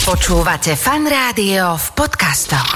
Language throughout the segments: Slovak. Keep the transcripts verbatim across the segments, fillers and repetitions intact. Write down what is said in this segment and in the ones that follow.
Počúvate Fan Rádio v podcastoch.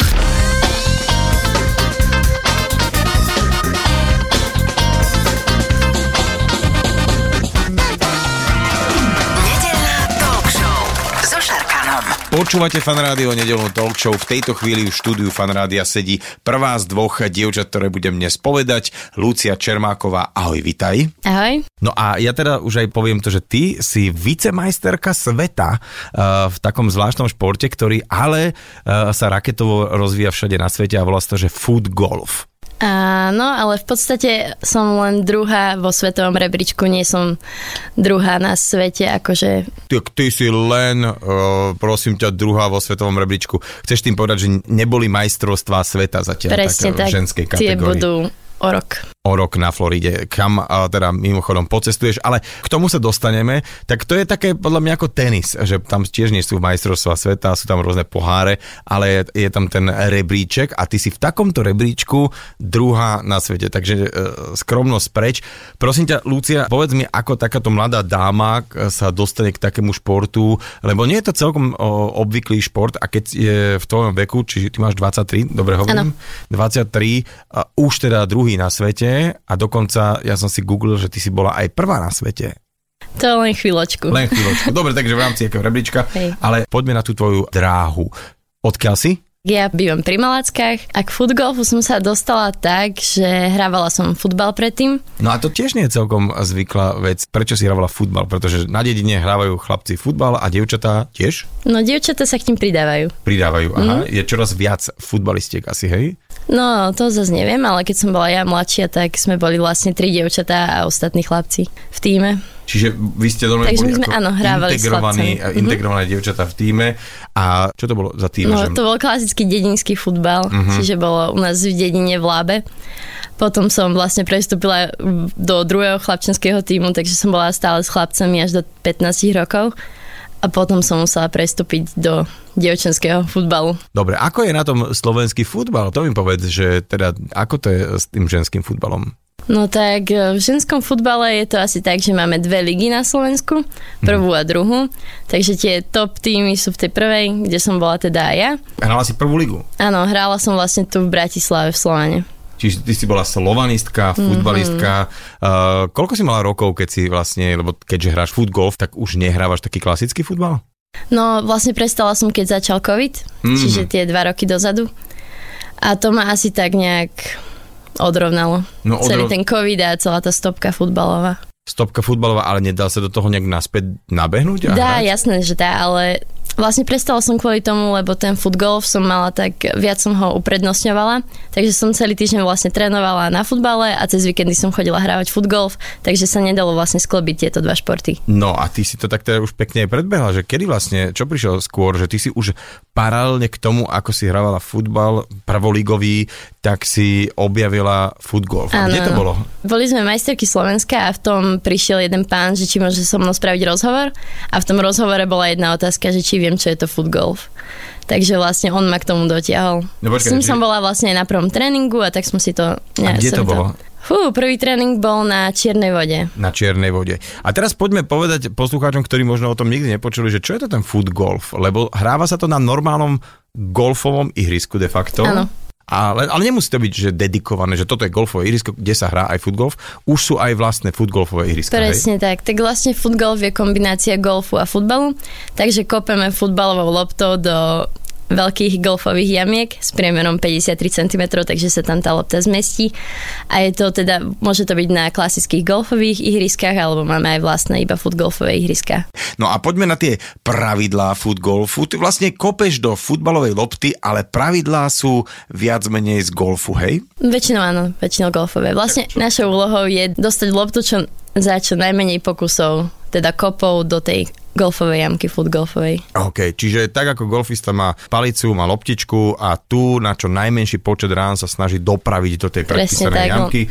Počúvate Fan Rádio, nedeľnú talk show. V tejto chvíli v štúdiu Fan Rádia sedí prvá z dvoch dievčat, ktoré budem dnes povedať. Lucia Čermáková, ahoj, vitaj. Ahoj. No a ja teda už aj poviem to, že ty si vicemajsterka sveta uh, v takom zvláštnom športe, ktorý ale uh, sa raketovo rozvíja všade na svete a volá sa to, že foot golf. Áno, ale v podstate som len druhá vo svetovom rebríčku, nie som druhá na svete, akože... Ty, ty si len, uh, prosím ťa, druhá vo svetovom rebríčku. Chceš tým povedať, že neboli majstrovstvá sveta zatiaľ presne tak, tak, v ženskej kategórii? Tie budú o rok. O rok na Floride, kam a teda mimochodom pocestuješ, ale k tomu sa dostaneme, tak to je také podľa mňa ako tenis, že tam tiež nie sú majstrovstvá sveta, sú tam rôzne poháre, ale je, je tam ten rebríček a ty si v takomto rebríčku druhá na svete, takže e, skromnosť preč. Prosím ťa, Lucia, povedz mi, ako takáto mladá dáma sa dostane k takému športu, lebo nie je to celkom o, obvyklý šport a keď je v tvojom veku, čiže ty máš dvadsaťtri, dobre hovorím? dvadsaťtri, a už teda druhý na svete a dokonca ja som si googlil, že ty si bola aj prvá na svete. To len chvíľočku. Len chvíľočku. Dobre, takže v rámci akého rebríčka, ale poďme na tú tvoju dráhu. Odkiaľ si? Ja bývam pri Malackách a k futgolfu som sa dostala tak, že hrávala som futbal predtým. No a to tiež nie je celkom zvyklá vec. Prečo si hrávala futbal? Pretože na dedine hrávajú chlapci futbal a dievčatá tiež? No dievčatá sa k tým pridávajú. Pridávajú, aha. Mm. Je čoraz viac futbalistiek asi, hej? No, to zase neviem, ale keď som bola ja mladšia, tak sme boli vlastne tri dievčatá a ostatní chlapci v tíme. Čiže vy ste normálne Takže boli sme, ako áno, hrávali integrovaní, integrované mm-hmm. dievčatá v tíme. A čo to bolo za tým? No, že... to bol klasický dedinský futbal, mm-hmm. čiže bolo u nás v dedine v Lábe. Potom som vlastne prestúpila do druhého chlapčenského tímu, takže som bola stále s chlapcami až do pätnásť rokov. A potom som musela prestúpiť do dievčenského futbalu. Dobre, ako je na tom slovenský futbal? To mi povedz, že teda, ako to je s tým ženským futbalom? No tak v ženskom futbale je to asi tak, že máme dve ligy na Slovensku, prvú a druhú, takže tie top týmy sú v tej prvej, kde som bola teda aj ja. Hrala si prvú ligu? Áno, hrála som vlastne tu v Bratislave v Slovane. Čiže ty si bola slovanistka, futbalistka. Mm-hmm. Uh, koľko si mala rokov, keď si vlastne, lebo keďže hráš futgolf, tak už nehrávaš taký klasický futbal? No vlastne prestala som, keď začal COVID, mm-hmm. čiže tie dva roky dozadu. A to ma asi tak nejak odrovnalo. No, odrov... Celý ten COVID a celá tá stopka futbalová. Stopka futbalová, ale nedal sa do toho nejak naspäť nabehnúť? Dá, jasné, že dá, ale vlastne prestala som kvôli tomu, lebo ten futgolf som mala tak, viac som ho uprednostňovala, takže som celý týždeň vlastne trénovala na futbale a cez víkendy som chodila hrávať futgolf, takže sa nedalo vlastne sklobiť tieto dva športy. No a ty si to tak teda už pekne aj predbehla, že kedy vlastne, čo prišiel skôr, že ty si už paralelne k tomu, ako si hrávala futbal prvolígový, tak si objavila futgolf. A kde to bolo? Boli sme majsterky Slovenska a v tom prišiel jeden pán, že či môže so mnou spraviť rozhovor a v tom rozhovore bola jedna otázka, že či viem, čo je to futgolf. Takže vlastne on ma k tomu dotiahol. No, počkaj, S tým či... som bola vlastne na prvom tréningu a tak som si to... A kde to bolo? Fú, prvý tréning bol na Čiernej vode. Na Čiernej vode. A teraz poďme povedať poslucháčom, ktorí možno o tom nikdy nepočuli, že čo je to ten futgolf? Lebo hráva sa to na normálnom golfovom ihrisku de facto. Áno. Ale, ale nemusí to byť, že dedikované, že toto je golfové ihrisko, kde sa hrá aj futgolf. Už sú aj vlastné futgolfové ihriska. Presne hej? tak. Tak vlastne futgolf je kombinácia golfu a futbalu. Takže kopeme futbalovou loptou do veľkých golfových jamiek s priemerom päťdesiattri centimetrov, takže sa tam tá lopta zmestí. A je to teda, môže to byť na klasických golfových ihriskách, alebo máme aj vlastné iba futgolfové ihriska. No a poďme na tie pravidlá futgolfu. Ty vlastne kopeš do futbalovej lopty, ale pravidlá sú viac menej z golfu, hej? Väčšinou áno, väčšinou golfové. Vlastne našou úlohou je dostať loptu čo, za čo najmenej pokusov, teda kopou do tej golfovej jamky, futgolfovej. OK, čiže tak ako golfista má palicu, má loptičku a tu na čo najmenší počet rán sa snaží dopraviť do tej predpísanej jamky.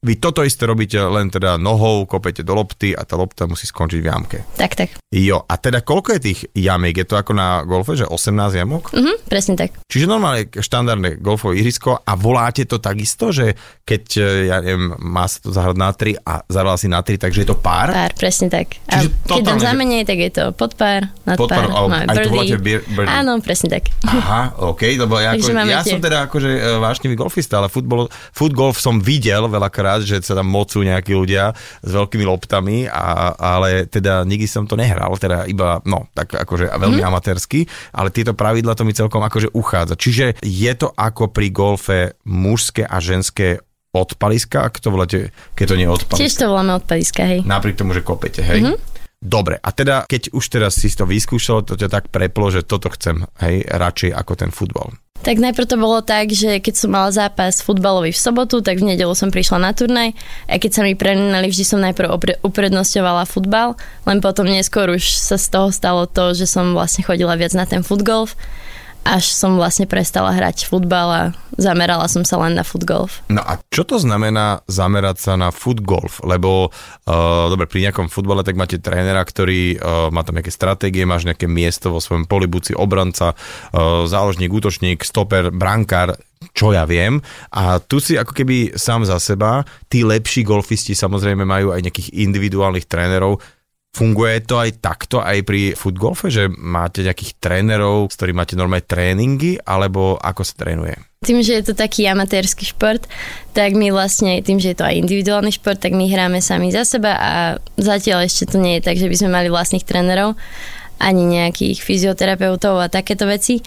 vy toto isté robíte len teda nohou, kopete do lopty a tá lopta musí skončiť v jamke. Tak, tak. Jo, a teda koľko je tých jamiek? Je to ako na golfe, že osemnásť jamok? Mhm, presne tak. Čiže normálne štandardné golfové ihrisko a voláte to takisto, že keď, ja neviem, má sa to zahrať na tri a zahrala si na tri, takže je to pár? Pár, presne tak. A Čiže keď dám totálne, zamenej, tak je to podpár, nadpár, máme birdie. birdie. Áno, presne tak. Aha, OK, lebo ja, ako, ja tie... som teda akože vášnivý golfista, ale futbol, futgolf som videl veľakrát, že sa tam mocú nejakí ľudia s veľkými loptami, a, ale teda nikdy som to nehral, teda iba, no, tak akože veľmi mm. amatérsky, ale tieto pravidla to mi celkom akože uchádza. Čiže je to ako pri golfe mužské a ženské odpaliska, ak to voláte, keď to nie je odpaliska. Tiež to voláme odpaliska, hej. Napriek tomu, že kopete, hej. Mm-hmm. Dobre, a teda, keď už teraz si to vyskúšalo, to ťa tak preplo, že toto chcem, hej, radšej ako ten futbal. Tak najprv to bolo tak, že keď som mala zápas futbalový v sobotu, tak v nedeľu som prišla na turnaj a keď sa mi prelinali, vždy som najprv opre- uprednostňovala futbal, len potom neskôr už sa z toho stalo to, že som vlastne chodila viac na ten futgolf, až som vlastne prestala hrať futbal a zamerala som sa len na futgolf. No a čo to znamená zamerať sa na futgolf? Lebo, uh, dobre, pri nejakom futbale tak máte trénera, ktorý uh, má tam nejaké stratégie, máš nejaké miesto vo svojom poli, buď si obranca, uh, záložník, útočník, stoper, brankár, čo ja viem. A tu si ako keby sám za seba, tí lepší golfisti samozrejme majú aj nejakých individuálnych trénerov. Funguje to aj takto aj pri futgolfe, že máte nejakých trénerov, s ktorými máte normálne tréningy, alebo ako sa trénuje? Tým, že je to taký amatérsky šport, tak my vlastne, tým, že je to aj individuálny šport, tak my hráme sami za seba a zatiaľ ešte to nie je tak, že by sme mali vlastných trénerov, ani nejakých fyzioterapeutov a takéto veci,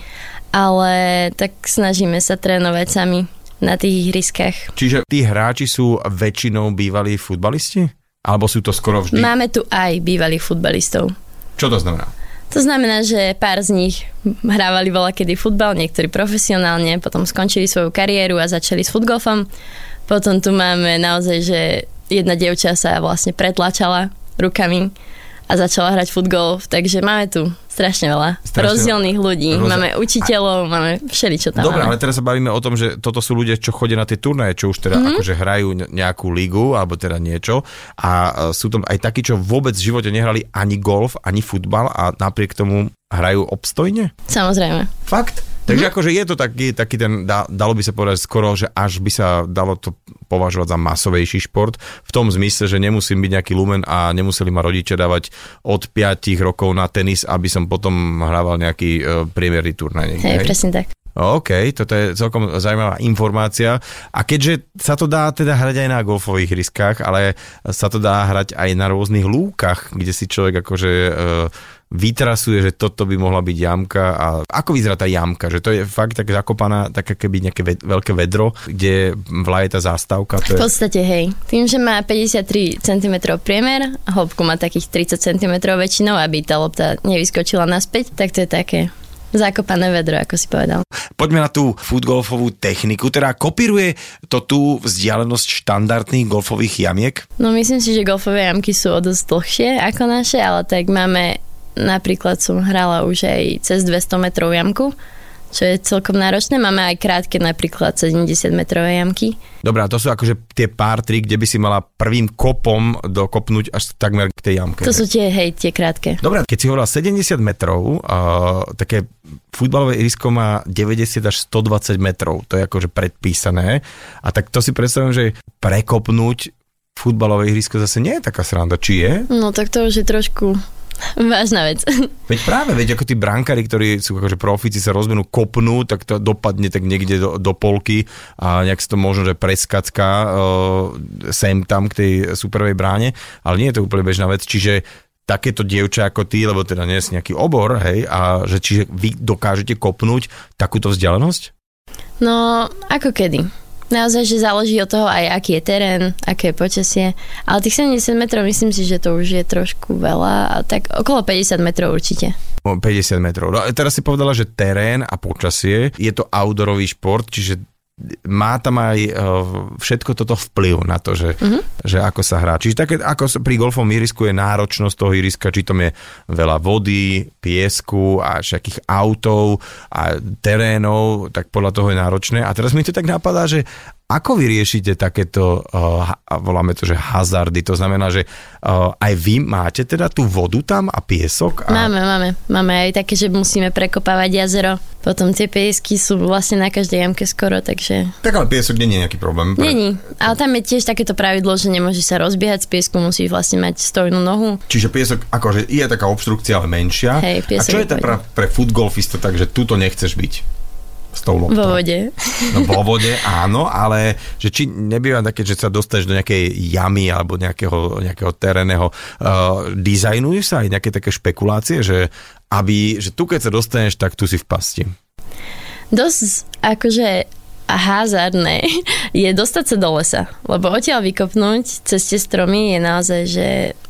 ale tak snažíme sa trénovať sami na tých ihriskách. Čiže tí hráči sú väčšinou bývalí futbalisti? Alebo sú to skoro vždy? Máme tu aj bývalých futbalistov. Čo to znamená? To znamená, že pár z nich hrávali voľakedy futbal, niektorí profesionálne, potom skončili svoju kariéru a začali s futgolfom. Potom tu máme naozaj, že jedna dievča sa vlastne pretlačala rukami a začala hrať futgolf, takže máme tu strašne veľa strašne rozdielných ľudí. Rozdiel... Máme učiteľov, máme všeličo tam. Dobre, máme. Ale teraz sa bavíme o tom, že toto sú ľudia, čo chodia na tie turnaje, čo už teda mm-hmm. akože hrajú nejakú ligu, alebo teda niečo. A sú tam aj takí, čo vôbec v živote nehrali ani golf, ani futbal a napriek tomu hrajú obstojne? Samozrejme. Fakt? Takže mm-hmm. akože je to taký, taký ten, dá, dalo by sa povedať skoro, že až by sa dalo to považovať za masovejší šport, v tom zmysle, že nemusím byť nejaký lumen a nemuseli ma rodičia dávať od päť rokov na tenis, aby som potom hrával nejaký uh, priemerný turnaj. Hej, presne tak. OK, toto je celkom zaujímavá informácia. A keďže sa to dá teda hrať aj na golfových ihriskách, ale sa to dá hrať aj na rôznych lúkach, kde si človek akože uh, vytrasuje, že toto by mohla byť jamka. A ako vyzerá tá jamka? Že to je fakt tak zakopaná, tak keby nejaké ve- veľké vedro, kde vlaje tá zástavka? To je... V podstate, hej. Tým, že má päťdesiattri centimetrov priemer, hĺbku má takých tridsať centimetrov väčšinou, aby tá lopta nevyskočila naspäť, tak to je také zakopané vedro, ako si povedal. Poďme na tú futgolfovú techniku, teda kopíruje to tú vzdialenosť štandardných golfových jamiek? No myslím si, že golfové jamky sú o dosť dlhšie ako naše, ale tak máme, napríklad som hrala už aj cez dvesto metrov jamku, čo je celkom náročné. Máme aj krátke, napríklad sedemdesiat metrové jamky. Dobrá, to sú akože tie pár tri, kde by si mala prvým kopom dokopnúť až takmer k tej jamke. To sú tie, hej, tie krátke. Dobrá, keď si hovorila sedemdesiat metrov, uh, také futbalové ihrisko má deväťdesiat až stodvadsať metrov. To je akože predpísané. A tak to si predstavujem, že prekopnúť futbalové ihrisko zase nie je taká sranda. Či je? No tak to už je trošku... vážna vec. Veď práve, veď ako tí brankári, ktorí sú akože profíci, sa rozbenú, kopnú, tak to dopadne tak niekde do, do polky a nejak sa to možno, že preskacká uh, sem tam k tej superovej bráne, ale nie je to úplne bežná vec, čiže takéto dievča ako ty, lebo teda nie je nejaký obor, hej, a že čiže vy dokážete kopnúť takúto vzdialenosť? No, ako kedy. Naozaj, že záleží od toho aj, aký je terén, aké je počasie. Ale tých sedemdesiat metrov, myslím si, že to už je trošku veľa. A tak okolo päťdesiat metrov určite. päťdesiat metrov. No, teraz si povedala, že terén a počasie, je to outdoorový šport, čiže má tam aj uh, všetko toto vplyv na to, že, uh-huh. že ako sa hrá. Čiže také, ako pri golfovom ihrisku je náročnosť toho ihriska, či tam je veľa vody, piesku a všetkých autov a terénov, tak podľa toho je náročné. A teraz mi to tak napadá, že Ako vy riešite takéto, uh, voláme to, že hazardy, to znamená, že uh, aj vy máte teda tú vodu tam a piesok? A... Máme, máme. Máme aj také, že musíme prekopávať jazero. Potom tie piesky sú vlastne na každej jamke skoro, takže... Tak ale piesok nie je nejaký problém. Pre... Není, ale tam je tiež takéto pravidlo, že nemôže sa rozbiehať z piesku, musíš vlastne mať stojnú nohu. Čiže piesok, akože je taká obštrukcia, ale menšia. Hej, a čo je to pre, pre footgolfista, takže tu to nechceš byť? S tou loptou. Vo vode. No vo vode, áno, ale že či nebýva také, že sa dostaneš do nejakej jamy alebo nejakého, nejakého terénneho, uh, dizajnujú sa aj nejaké také špekulácie, že aby, že tu keď sa dostaneš, tak tu si v pasti. Dosť akože hazardné je dostať sa do lesa, lebo odtiaľ vykopnúť cez tie stromy je naozaj, že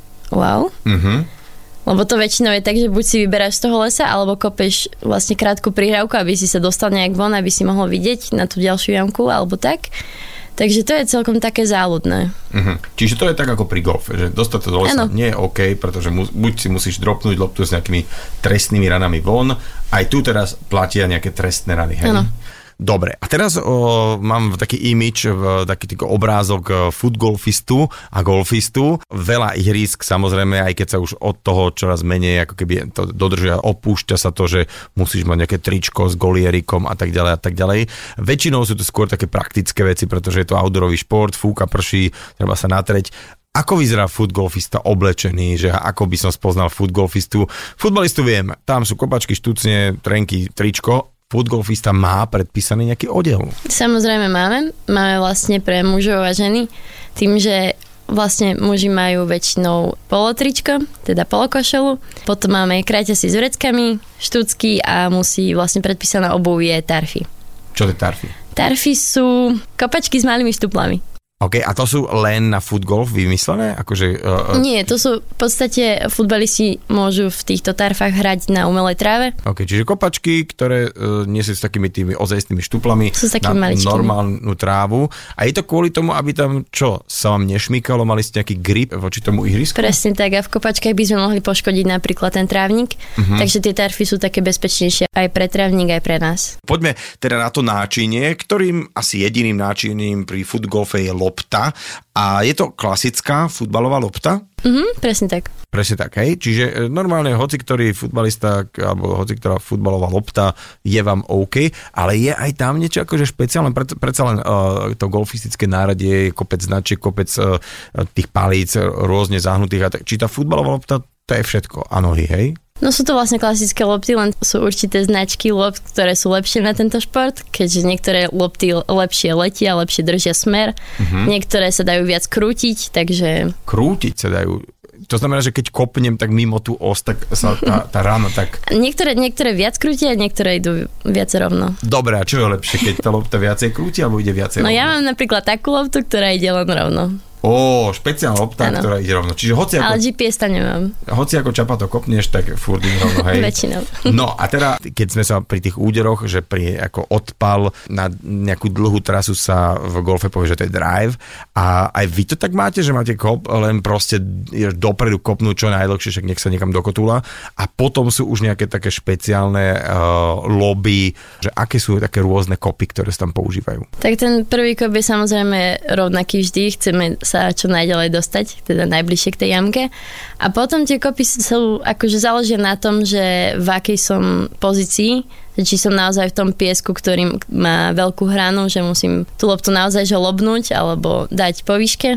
wow. Mhm. Lebo to väčšinou je tak, že buď si vyberáš z toho lesa, alebo kopeš vlastne krátku prihrávku, aby si sa dostal nejak von, aby si mohol vidieť na tú ďalšiu jamku, alebo tak. Takže to je celkom také záľudné. Uh-huh. Čiže to je tak ako pri golfe, že dostať to do lesa ano. Nie je OK, pretože mu, buď si musíš dropnúť loptu s nejakými trestnými ranami von, aj tu teraz platia nejaké trestné rany, hej? Ano. Dobre, a teraz o, mám taký image, taký taký obrázok footgolfistu a golfistu. Veľa ihrísk, samozrejme, aj keď sa už od toho čoraz menej, ako keby to dodržia, opúšťa sa to, že musíš mať nejaké tričko s golierikom a tak ďalej a tak ďalej. Väčšinou sú to skôr také praktické veci, pretože je to outdoorový šport, fúka, prší, treba sa natreť. Ako vyzerá footgolfista oblečený, že ako by som spoznal footgolfistu? Futbalistu viem, tam sú kopačky, štucne, trenky, tričko. Footgolfista má predpísaný nejaký odev? Samozrejme máme. Máme vlastne pre mužov a ženy. Tým, že vlastne muži majú väčšinou polotričko, teda polokošelu. Potom máme kráťasy s vreckami, štucky a musí vlastne predpísaná obuv je tarfy. Čo je tarfy? Tarfy sú kopačky s malými štuplami. OK, a to sú len na footgolf vymyslené? Akože, uh, Nie, to sú v podstate futbalisti môžu v týchto tarfách hrať na umelej tráve. OK, čiže kopačky, ktoré uh, nie sú s takými tými ozajstnými štuplami sú na maličkými. Normálnu trávu. A je to kvôli tomu, aby tam čo, sa vám nešmýkalo, mali ste nejaký grip voči tomu ihrisku? Presne tak, a v kopačkách by sme mohli poškodiť napríklad ten trávnik, uh-huh. takže tie tarfy sú také bezpečnejšie aj pre trávnik, aj pre nás. Poďme teda na to náčinie, ktorým asi jediným náčiním pri footgolfe je lopta. A je to klasická futbalová lopta? Mhm, presne tak. Presne tak, hej. Čiže normálne hoci ktorý futbalista alebo hoci ktorá futbalová lopta je vám OK, ale je aj tam niečo akože špeciálne, predsa len uh, to golfistické náradie, kopec značiek, kopec uh, tých palíc rôzne zahnutých. A tak, či tá futbalová lopta, to je všetko. A nohy, hej? No sú to vlastne klasické lopty, len sú určité značky lopt, ktoré sú lepšie na tento šport, keďže niektoré lopty lepšie letia, lepšie držia smer, uh-huh. niektoré sa dajú viac krútiť, takže... Krútiť sa dajú? To znamená, že keď kopnem tak mimo tú os, tak sa tá, tá rána tak... Niektoré, niektoré viac krútia a niektoré idú viac rovno. Dobre, a čo je lepšie, keď tá lopta viacej krúti alebo ide viacej rovno? No ja mám napríklad takú loptu, ktorá ide len rovno. Ó, špeciálna lopta, ano. Ktorá ide rovno. Čiže hoci ako, ale G P S ta nemám. Hoci ako čapato kopneš, tak furt ide rovno, hej. Väčšinou. No a teda, keď sme sa pri tých úderoch, že pri ako odpal na nejakú dlhú trasu sa v golfe povie, že to je drive. A aj vy to tak máte, že máte kop, len proste dopredu kopnúť čo najdlhšie, však nech sa niekam dokotúla. A potom sú už nejaké také špeciálne uh, lobby, že aké sú také rôzne kopy, ktoré sa tam používajú. Tak ten prvý kop je samozrejme rovnaký vždy. Chceme sa čo najďalej dostať, teda najbližšie k tej jamke. A potom tie kopy sú akože záležia na tom, že v akej som pozícii, či som naozaj v tom piesku, ktorý má veľkú hranu, že musím tú loptu naozaj že lobnúť alebo dať po výške.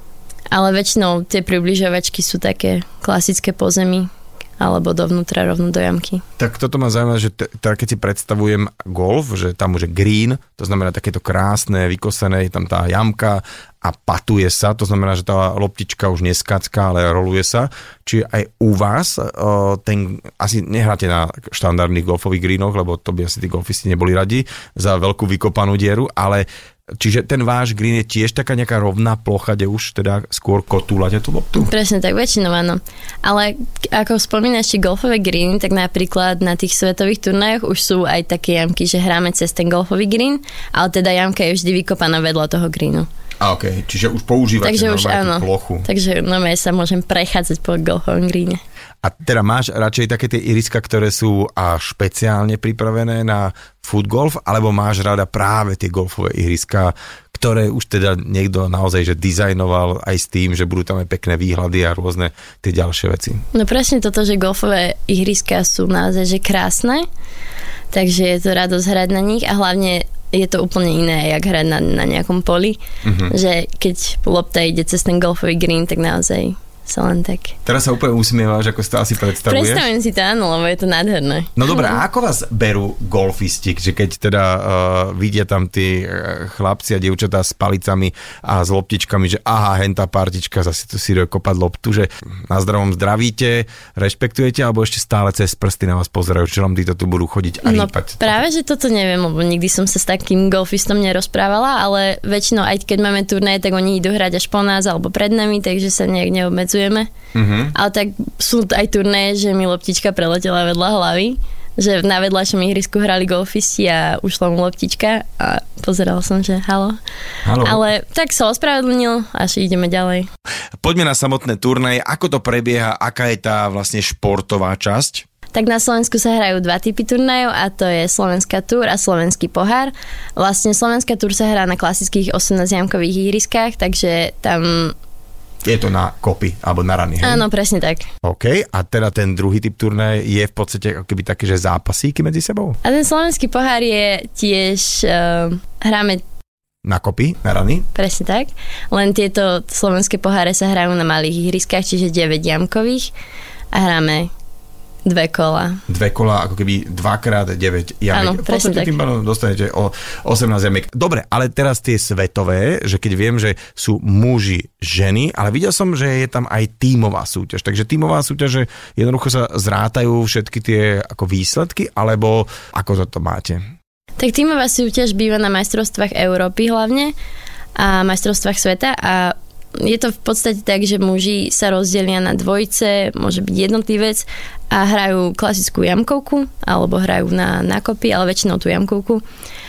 Ale väčšinou tie približovačky sú také klasické po zemi alebo dovnútra rovno do jamky. Tak toto ma zaujíma, že teda keď si predstavujem golf, že tam už je green, to znamená takéto krásne, vykosené, je tam tá jamka a patuje sa, to znamená, že tá loptička už neskacká, ale roluje sa. Čiže aj u vás ten, asi nehráte na štandardných golfových greenoch, lebo to by asi tí golfisti neboli radi za veľkú vykopanú dieru, ale čiže ten váš green je tiež taká nejaká rovná plocha, kde už teda skôr kotúľate tú loptu? Presne tak, väčšinou áno. Ale ako spomínaš tie golfové greeny, tak napríklad na tých svetových turnajoch už sú aj také jamky, že hráme cez ten golfový green, ale teda jamka je vždy vykopaná vedľa toho greenu. A okej, okay. Čiže už používate takže normálne už, áno, tú plochu. Takže normálne sa môžem prechádzať po golfovom greene. A teda máš radšej také tie ihriska, ktoré sú a špeciálne pripravené na footgolf, alebo máš rada práve tie golfové ihriska, ktoré už teda niekto naozaj že dizajnoval aj s tým, že budú tam aj pekné výhľady a rôzne tie ďalšie veci. No presne toto, že golfové ihriska sú naozaj že krásne, takže je to radosť hrať na nich a hlavne je to úplne iné, jak hrať na, na nejakom poli, uh-huh. že keď lopta ide cez ten golfový green, tak naozaj sa len tak. Teraz sa úplne usmievaš, ako si to asi predstavuješ. Predstavujem si to, áno, lebo je to nádherné. No dobré, a ako vás berú golfisti, že keď teda uh, vidia tam tí uh, chlapci a dievčatá s palicami a s loptičkami, že aha, hentá partička, zase tu si ide kopať loptu, že na zdravom zdravíte, rešpektujete, alebo ešte stále cez prsty na vás pozerajú, čo vám títo tu budú chodiť a no, hýpať? Práve, že toto neviem, lebo nikdy som sa s takým golfistom nerozprávala, ale väčšinou, aj keď máme turné, tak oni idú hrať až po nás alebo pred nami, takže sa nejak neobmedzujú. Uh-huh. Ale tak sú aj turné, že mi loptička preletela vedľa hlavy, že na vedľajšom ihrisku hrali golfisti a ušla mu loptička a pozeral som, že halo. halo. Ale tak sa ospravedlnil, až ideme ďalej. Poďme na samotné turnaje. Ako to prebieha? Aká je tá vlastne športová časť? Tak na Slovensku sa hrajú dva typy turnajov a to je Slovenská túr a Slovenský pohár. Vlastne Slovenská túr sa hrá na klasických osemnásťjamkových ihriskách, takže tam je to na kopy, alebo na rany, hej? Áno, presne tak. OK, a teda ten druhý typ turnaje je v podstate ako keby také, že zápasíky medzi sebou? A ten slovenský pohár je tiež, uh, hráme na kopy, na rany? Presne tak, len tieto slovenské poháre sa hrajú na malých ihriskách, čiže deväť jamkových a hráme dve kola. Dve kola, ako keby dvakrát deväť jamiek. Áno, presne tak. Tým pádom dostanete o osemnásť jamiek. Dobre, ale teraz tie svetové, že keď viem, že sú muži, ženy, ale videl som, že je tam aj tímová súťaž. Takže tímová súťaž, že jednoducho sa zrátajú všetky tie ako výsledky, alebo ako to máte? Tak tímová súťaž býva na majstrovstvách Európy hlavne a majstrovstvách sveta a je to v podstate tak, že muži sa rozdelia na dvojice, môže byť jednotlivec a hrajú klasickú jamkovku alebo hrajú na nákopy, ale väčšinou tú jamkovku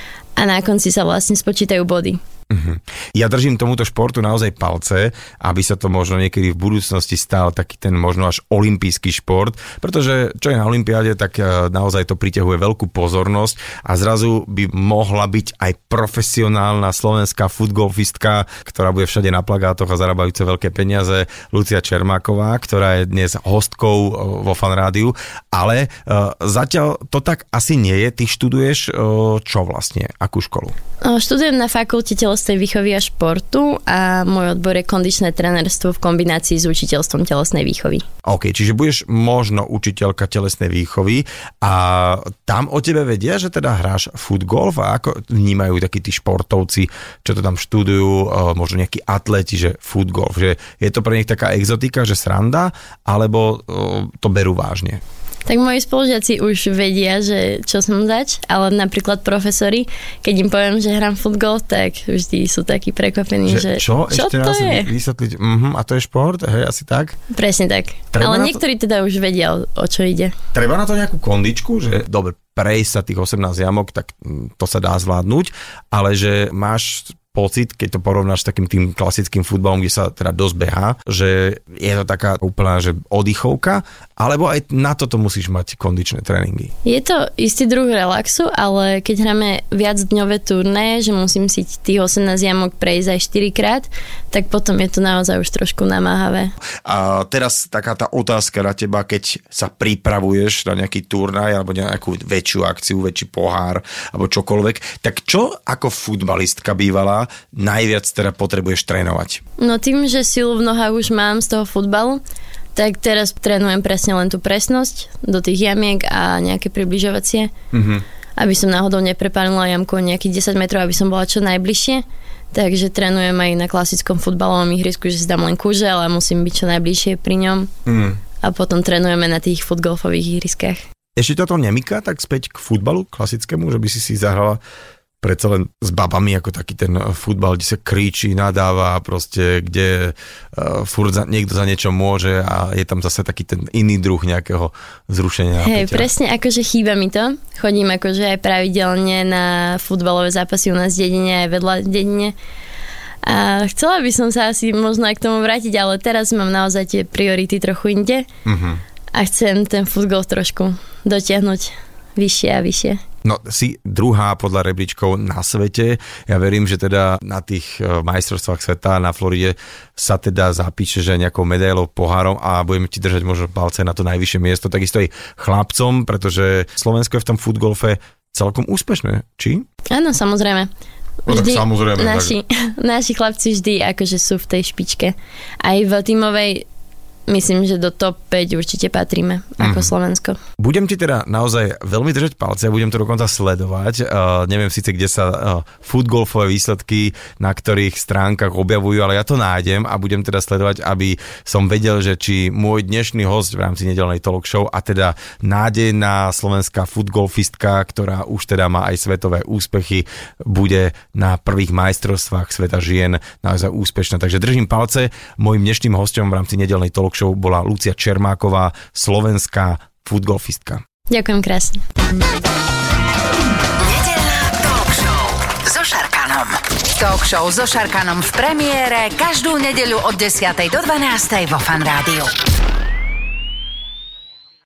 a na konci sa vlastne spočítajú body. Uh-huh. Ja držím tomuto športu naozaj palce, aby sa to možno niekedy v budúcnosti stal taký ten možno až olympijský šport, pretože čo je na olympiáde, tak naozaj to priťahuje veľkú pozornosť a zrazu by mohla byť aj profesionálna slovenská futgolfistka, ktorá bude všade na plagátoch a zarábajúce veľké peniaze, Lucia Čermáková, ktorá je dnes hostkou vo Fan Rádiu, ale uh, zatiaľ to tak asi nie je. Ty študuješ uh, čo vlastne? Akú školu? Študujem na fakulte telesnej výchovy a športu a môj odbor je kondičné trenérstvo v kombinácii s učiteľstvom telesnej výchovy. OK, čiže budeš možno učiteľka telesnej výchovy a tam o tebe vedia, že teda hráš futgolf a ako vnímajú takí tí športovci, čo to tam študujú, možno nejakí atleti, že futgolf, že je to pre nich taká exotika, že sranda, alebo to berú vážne? Tak moji spolužiaci už vedia, že čo som zač, ale napríklad profesori, keď im poviem, že hrám futgol, tak vždy sú takí prekvapení, že, že čo, čo ešte to raz je? Vysvetliť, uh-huh, a to je šport, hej, asi tak? Presne tak, treba ale niektorí to... teda už vedia, o, o čo ide. Treba na to nejakú kondičku, že dobre, prejsť sa tých osemnásť jamok, tak to sa dá zvládnuť, ale že máš pocit, keď to porovnáš s takým tým klasickým futbalom, kde sa teda dosť behá, že je to taká úplná, že oddychovka, alebo aj na toto musíš mať kondičné tréningy? Je to istý druh relaxu, ale keď hráme viac dňové turné, že musím si tých osemnásť jamok prejsť aj štyri krát, tak potom je to naozaj už trošku namáhavé. A teraz taká tá otázka na teba, keď sa pripravuješ na nejaký turnaj alebo nejakú väčšiu akciu, väčší pohár alebo čokoľvek, tak čo ako futbalistka bývala najviac teda potrebuješ trénovať? No tým, že silu v nohách už mám z toho futbalu, tak teraz trénujem presne len tú presnosť do tých jamiek a nejaké približovacie, mm-hmm. aby som náhodou neprepálila jamku nejakých desať metrov, aby som bola čo najbližšie. Takže trénujem aj na klasickom futbalovom ihrisku, že si dám len kuže, ale musím byť čo najbližšie pri ňom. Mm. A potom trénujeme na tých futgolfových ihriskách. Ešte toto nemyká tak späť k futbalu klasickému, že by si si zahrala predsa len s babami, ako taký ten futbal, kde sa kričí, nadáva, proste, kde uh, furt za, niekto za niečo môže a je tam zase taký ten iný druh nejakého zrušenia. Hej, presne, akože chýba mi to. Chodím akože aj pravidelne na futbalové zápasy u nás v dedine, aj vedľa v dedine. A chcela by som sa asi možno aj k tomu vrátiť, ale teraz mám naozaj tie priority trochu inde. Mhm. a chcem ten futgolf trošku dotiahnuť vyššie a vyššie. No, si druhá podľa rebríčkov na svete. Ja verím, že teda na tých majstrovstvách sveta na Floride sa teda zapíše, že nejakou medailou, pohárom a budeme ti držať možno palce na to najvyššie miesto. Takisto aj chlapcom, pretože Slovensko je v tom futgolfe celkom úspešné, či? Áno, samozrejme. Vždy, no, samozrejme naši, tak... naši chlapci vždy akože sú v tej špičke. Aj v tímovej myslím, že do top päť určite patríme ako mm. Slovensko. Budem ti teda naozaj veľmi držať palce a budem to dokonca sledovať. Uh, neviem síce, kde sa uh, futgolfové výsledky na ktorých stránkach objavujú, ale ja to nájdem a budem teda sledovať, aby som vedel, že či môj dnešný host v rámci nedeľnej talk show a teda nádejná slovenská futgolfistka, ktorá už teda má aj svetové úspechy, bude na prvých majstrovstvách sveta žien naozaj úspešná. Takže držím palce. Mojím dnešným hostom v rámci nedeľnej talk show bola Lucia Čermáková, slovenská futgolfistka. Ďakujem krásne. Nedeľná talk show so Šarkanom. Talk show so Šarkanom v premiére každú nedeľu od desiatej do dvanástej vo Fan Rádiu.